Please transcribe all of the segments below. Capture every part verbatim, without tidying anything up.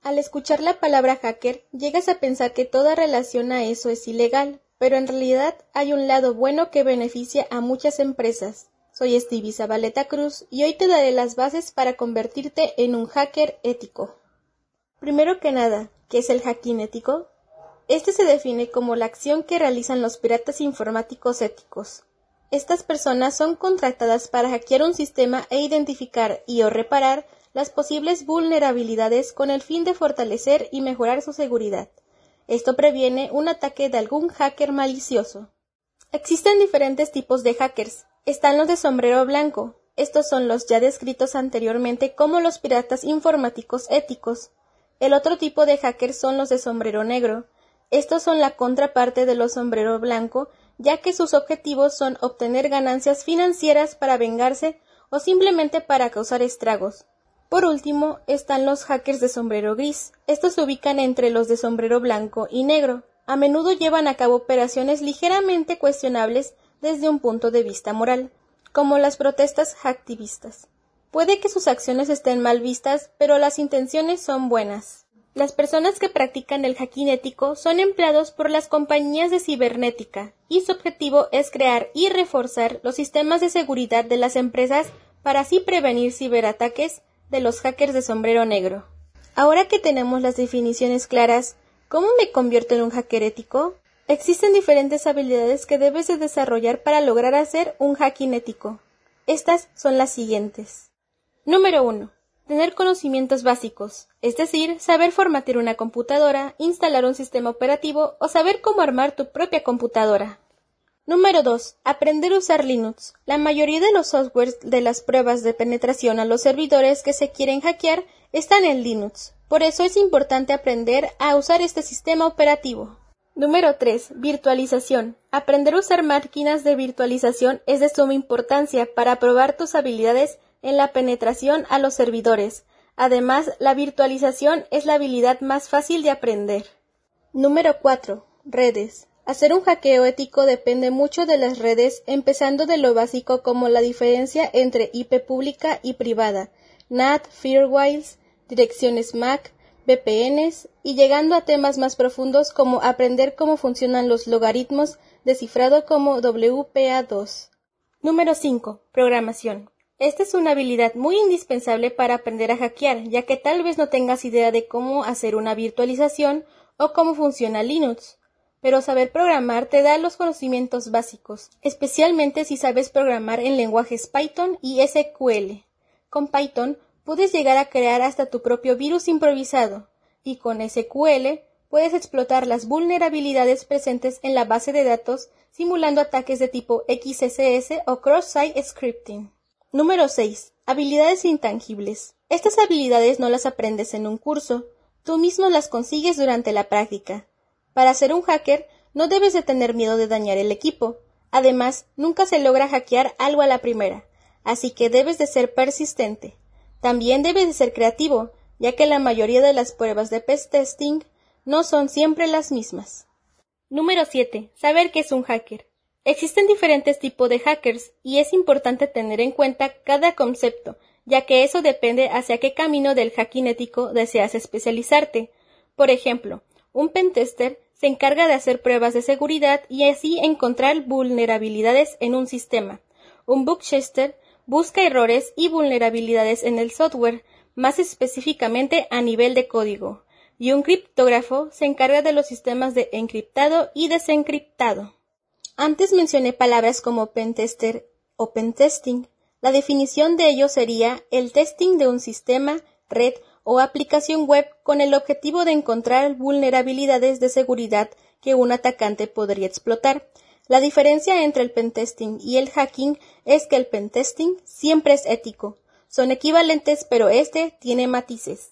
Al escuchar la palabra hacker, llegas a pensar que toda relación a eso es ilegal, pero en realidad hay un lado bueno que beneficia a muchas empresas. Soy Stevie Zabaleta Cruz y hoy te daré las bases para convertirte en un hacker ético. Primero que nada, ¿qué es el hacking ético? Este se define como la acción que realizan los piratas informáticos éticos. Estas personas son contratadas para hackear un sistema e identificar y o reparar las posibles vulnerabilidades con el fin de fortalecer y mejorar su seguridad. Esto previene un ataque de algún hacker malicioso. Existen diferentes tipos de hackers. Están los de sombrero blanco. Estos son los ya descritos anteriormente como los piratas informáticos éticos. El otro tipo de hackers son los de sombrero negro. Estos son la contraparte de los sombrero blanco, ya que sus objetivos son obtener ganancias financieras para vengarse o simplemente para causar estragos. Por último, están los hackers de sombrero gris. Estos se ubican entre los de sombrero blanco y negro. A menudo llevan a cabo operaciones ligeramente cuestionables desde un punto de vista moral, como las protestas hacktivistas. Puede que sus acciones estén mal vistas, pero las intenciones son buenas. Las personas que practican el hacking ético son empleados por las compañías de cibernética, y su objetivo es crear y reforzar los sistemas de seguridad de las empresas para así prevenir ciberataques de los hackers de sombrero negro. Ahora que tenemos las definiciones claras, ¿cómo me convierto en un hacker ético? Existen diferentes habilidades que debes de desarrollar para lograr hacer un hacking ético. Estas son las siguientes. Número uno. Tener conocimientos básicos, es decir, saber formatear una computadora, instalar un sistema operativo o saber cómo armar tu propia computadora. Número dos. Aprender a usar Linux. La mayoría de los softwares de las pruebas de penetración a los servidores que se quieren hackear están en Linux. Por eso es importante aprender a usar este sistema operativo. Número tres. Virtualización. Aprender a usar máquinas de virtualización es de suma importancia para probar tus habilidades en la penetración a los servidores. Además, la virtualización es la habilidad más fácil de aprender. Número cuatro. Redes. Hacer un hackeo ético depende mucho de las redes, empezando de lo básico como la diferencia entre I P pública y privada, N A T, firewalls, direcciones M A C, V P Ns, y llegando a temas más profundos como aprender cómo funcionan los logaritmos, descifrado como W P A dos. Número cinco. Programación. Esta es una habilidad muy indispensable para aprender a hackear, ya que tal vez no tengas idea de cómo hacer una virtualización o cómo funciona Linux. Pero saber programar te da los conocimientos básicos, especialmente si sabes programar en lenguajes Python y S Q L. Con Python puedes llegar a crear hasta tu propio virus improvisado, y con S Q L puedes explotar las vulnerabilidades presentes en la base de datos simulando ataques de tipo X S S o cross-site scripting. Número seis. Habilidades intangibles. Estas habilidades no las aprendes en un curso, tú mismo las consigues durante la práctica. Para ser un hacker, no debes de tener miedo de dañar el equipo. Además, nunca se logra hackear algo a la primera, así que debes de ser persistente. También debes de ser creativo, ya que la mayoría de las pruebas de testing no son siempre las mismas. Número siete. Saber qué es un hacker. Existen diferentes tipos de hackers, y es importante tener en cuenta cada concepto, ya que eso depende hacia qué camino del hacking ético deseas especializarte. Por ejemplo, un pentester se encarga de hacer pruebas de seguridad y así encontrar vulnerabilidades en un sistema. Un bugtester busca errores y vulnerabilidades en el software, más específicamente a nivel de código. Y un criptógrafo se encarga de los sistemas de encriptado y desencriptado. Antes mencioné palabras como pentester o pentesting. La definición de ello sería el testing de un sistema, red o aplicación web con el objetivo de encontrar vulnerabilidades de seguridad que un atacante podría explotar. La diferencia entre el pentesting y el hacking es que el pentesting siempre es ético. Son equivalentes, pero este tiene matices.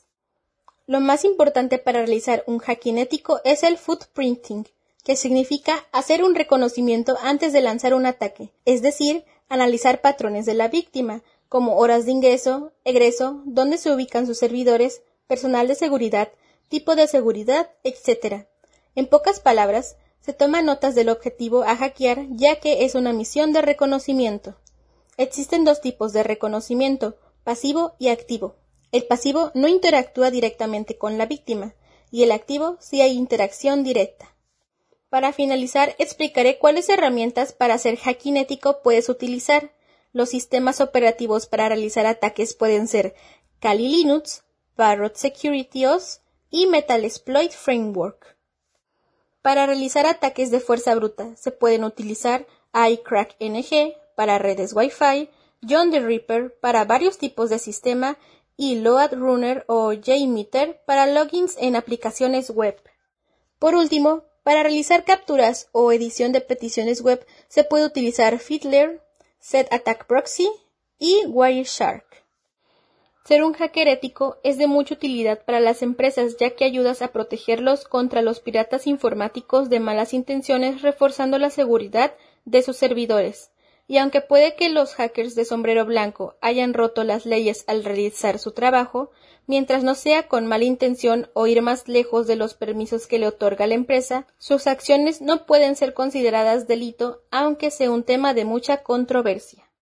Lo más importante para realizar un hacking ético es el footprinting, que significa hacer un reconocimiento antes de lanzar un ataque, es decir, analizar patrones de la víctima, como horas de ingreso, egreso, dónde se ubican sus servidores, personal de seguridad, tipo de seguridad, etcétera. En pocas palabras, se toma notas del objetivo a hackear, ya que es una misión de reconocimiento. Existen dos tipos de reconocimiento, pasivo y activo. El pasivo no interactúa directamente con la víctima, y el activo sí hay interacción directa. Para finalizar, explicaré cuáles herramientas para hacer hacking ético puedes utilizar. Los sistemas operativos para realizar ataques pueden ser Kali Linux, Parrot Security O S y Metasploit Framework. Para realizar ataques de fuerza bruta se pueden utilizar iCrackNG para redes Wi-Fi, John the Ripper para varios tipos de sistema y LoadRunner o JMeter para logins en aplicaciones web. Por último, para realizar capturas o edición de peticiones web se puede utilizar Fiddler, SetAttackProxy y Wireshark. Ser un hacker ético es de mucha utilidad para las empresas, ya que ayudas a protegerlos contra los piratas informáticos de malas intenciones, reforzando la seguridad de sus servidores. Y aunque puede que los hackers de sombrero blanco hayan roto las leyes al realizar su trabajo, mientras no sea con mala intención o ir más lejos de los permisos que le otorga la empresa, sus acciones no pueden ser consideradas delito, aunque sea un tema de mucha controversia.